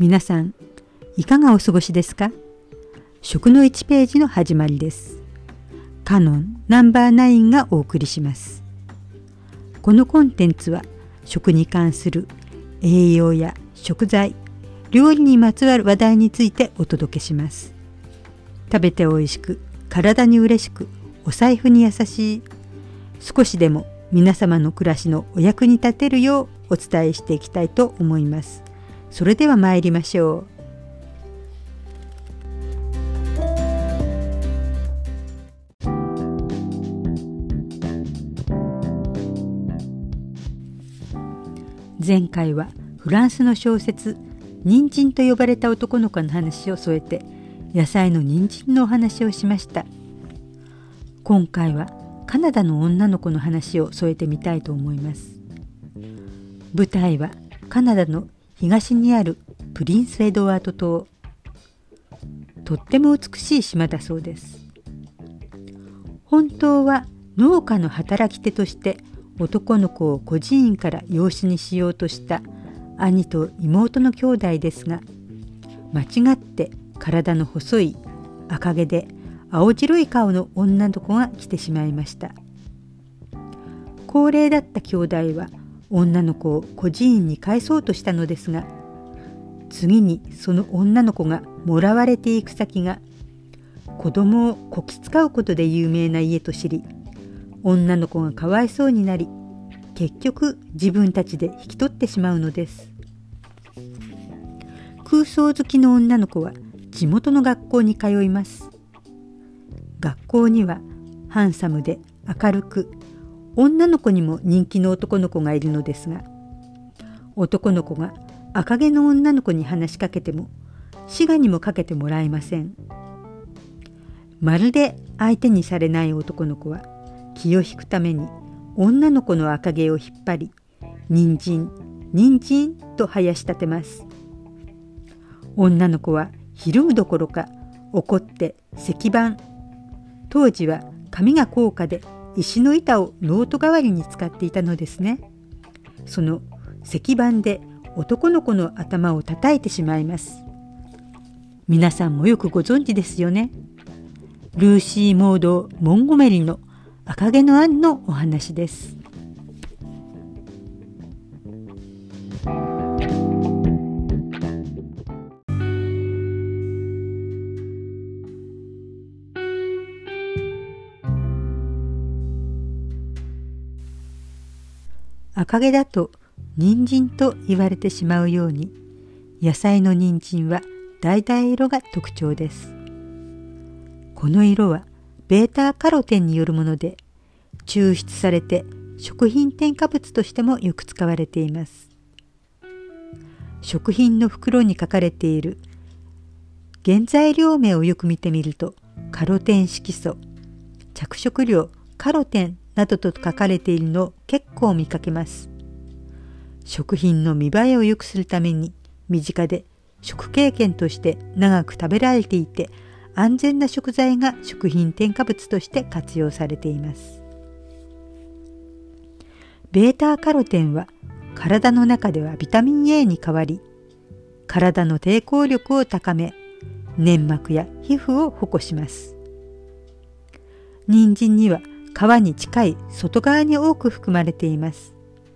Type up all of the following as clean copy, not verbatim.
皆さん、いかがお過ごしですか？食の1ページの始まりです。カノンナンバー9がお送りします。このコンテンツは食に関する栄養や食材、料理にまつわる話題についてお届けします。食べておいしく、体に嬉しく、お財布に優しい、少しでも皆様の暮らしのお役に立てるようお伝えしていきたいと思います。それでは参りましょう。前回はフランスの小説「人参と呼ばれた男の子」の話を添えて野菜の人参のお話をしました。今回はカナダの女の子の話を添えてみたいと思います。舞台はカナダの東にあるプリンスエドワード島。とっても美しい島だそうです。本当は農家の働き手として男の子を孤児院から養子にしようとした兄と妹の兄弟ですが、間違って体の細い赤毛で青白い顔の女の子が来てしまいました。高齢だった兄弟は女の子を孤児院に返そうとしたのですが、次にその女の子がもらわれていく先が子供をこき使うことで有名な家と知り、女の子がかわいそうになり、結局自分たちで引き取ってしまうのです。空想好きの女の子は地元の学校に通います。学校にはハンサムで明るく、女の子にも人気の男の子がいるのですが、男の子が赤毛の女の子に話しかけても滋賀にもかけてもらえません。まるで相手にされない男の子は気を引くために女の子の赤毛を引っ張り、人参、人参と生やし立てます。女の子はひるむどころか怒って石板、当時は紙が高価で石の板をノート代わりに使っていたのですね。その石板で男の子の頭を叩いてしまいます。皆さんもよくご存知ですよね。ルーシー・モード・モンゴメリの赤毛のアンのお話です。赤毛だと人参と言われてしまうように、野菜の人参は橙色が特徴です。この色はベータカロテンによるもので、抽出されて食品添加物としてもよく使われています。食品の袋に書かれている原材料名をよく見てみると、カロテン色素、着色料、カロテンなどと書かれているのを結構見かけます。食品の見栄えを良くするために身近で食経験として長く食べられていて、安全な食材が食品添加物として活用されています。ベータカロテンは体の中ではビタミン A に変わり、体の抵抗力を高め、粘膜や皮膚を保護します。人参には皮に近い外側に多く含まれています。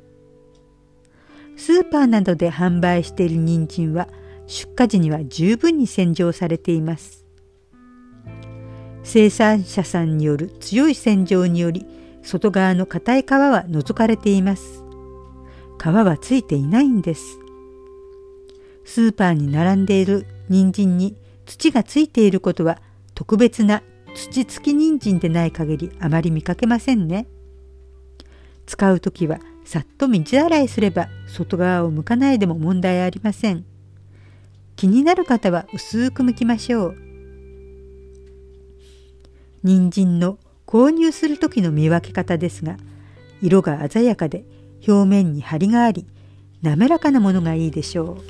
スーパーなどで販売している人参は出荷時には十分に洗浄されています。生産者さんによる強い洗浄により、外側の硬い皮は除かれています。皮はついていないんです。スーパーに並んでいる人参に土がついていることは、特別な土付き人参でない限りあまり見かけませんね。使うときはさっと水洗いすれば外側を剥かないでも問題ありません。気になる方は薄く剥きましょう。人参の購入する時の見分け方ですが、色が鮮やかで表面に張りがあり、滑らかなものがいいでしょ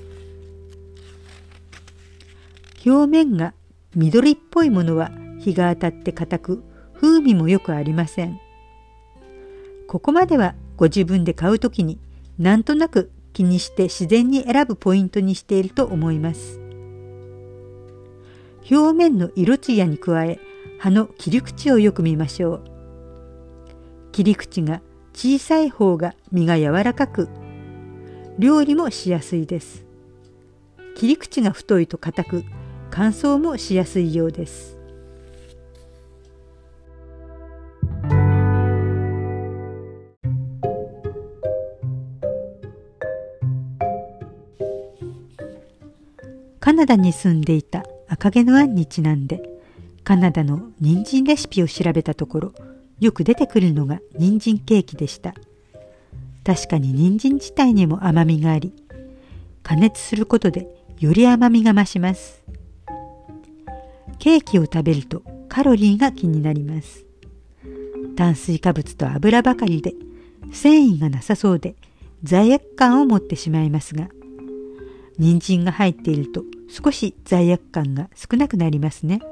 う。表面が緑っぽいものは日が当たって硬く、風味もよくありません。ここまではご自分で買うときになんとなく気にして自然に選ぶポイントにしていると思います。表面の色艶に加え、葉の切り口をよく見ましょう。切り口が小さい方が実が柔らかく、料理もしやすいです。切り口が太いと硬く、乾燥もしやすいようです。カナダに住んでいた赤毛のアンにちなんで、カナダの人参レシピを調べたところ、よく出てくるのが人参ケーキでした。確かに人参自体にも甘みがあり、加熱することでより甘みが増します。ケーキを食べるとカロリーが気になります。炭水化物と油ばかりで繊維がなさそうで罪悪感を持ってしまいますが、人参が入っていると少し罪悪感が少なくなりますね。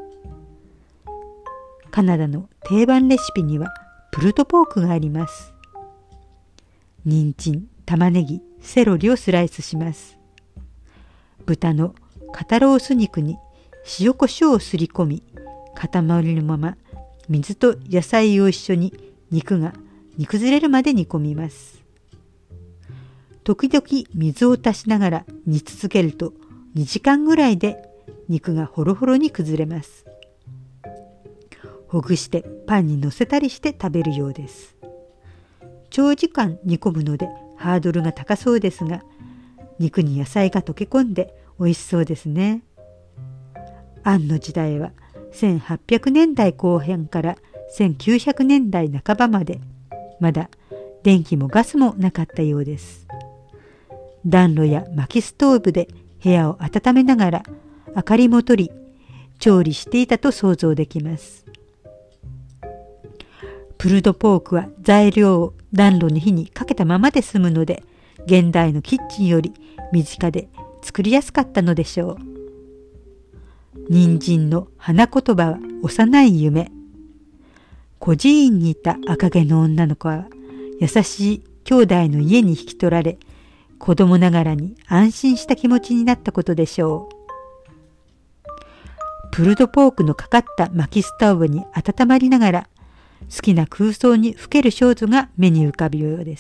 カナダの定番レシピにはプルトポークがあります。人参、玉ねぎ、セロリをスライスします。豚の肩ロース肉に塩コショウをすり込み、塊のまま水と野菜を一緒に肉が煮崩れるまで煮込みます。時々水を足しながら煮続けると2時間ぐらいで肉がホロホロに崩れます。ほぐしてパンにのせたりして食べるようです。長時間煮込むのでハードルが高そうですが、肉に野菜が溶け込んで美味しそうですね。アンの時代は1800年代後半から1900年代半ばまで、まだ電気もガスもなかったようです。暖炉や薪ストーブで部屋を温めながら明かりも取り、調理していたと想像できます。プルドポークは材料を暖炉に火にかけたままで済むので、現代のキッチンより身近で作りやすかったのでしょう。人参の花言葉は幼い夢。孤児院にいた赤毛の女の子は優しい兄弟の家に引き取られ、子供ながらに安心した気持ちになったことでしょう。プルドポークのかかった薪ストーブに温まりながら、好きな空想にふける少女が目に浮かぶようです。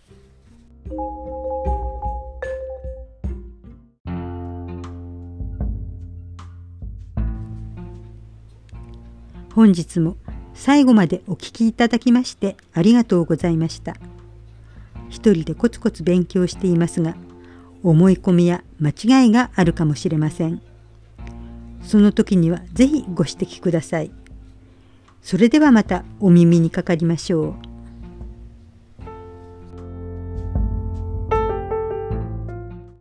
本日も最後までお聞きいただきましてありがとうございました。一人でコツコツ勉強していますが、思い込みや間違いがあるかもしれません。その時にはぜひご指摘ください。それではまたお耳にかかりましょう。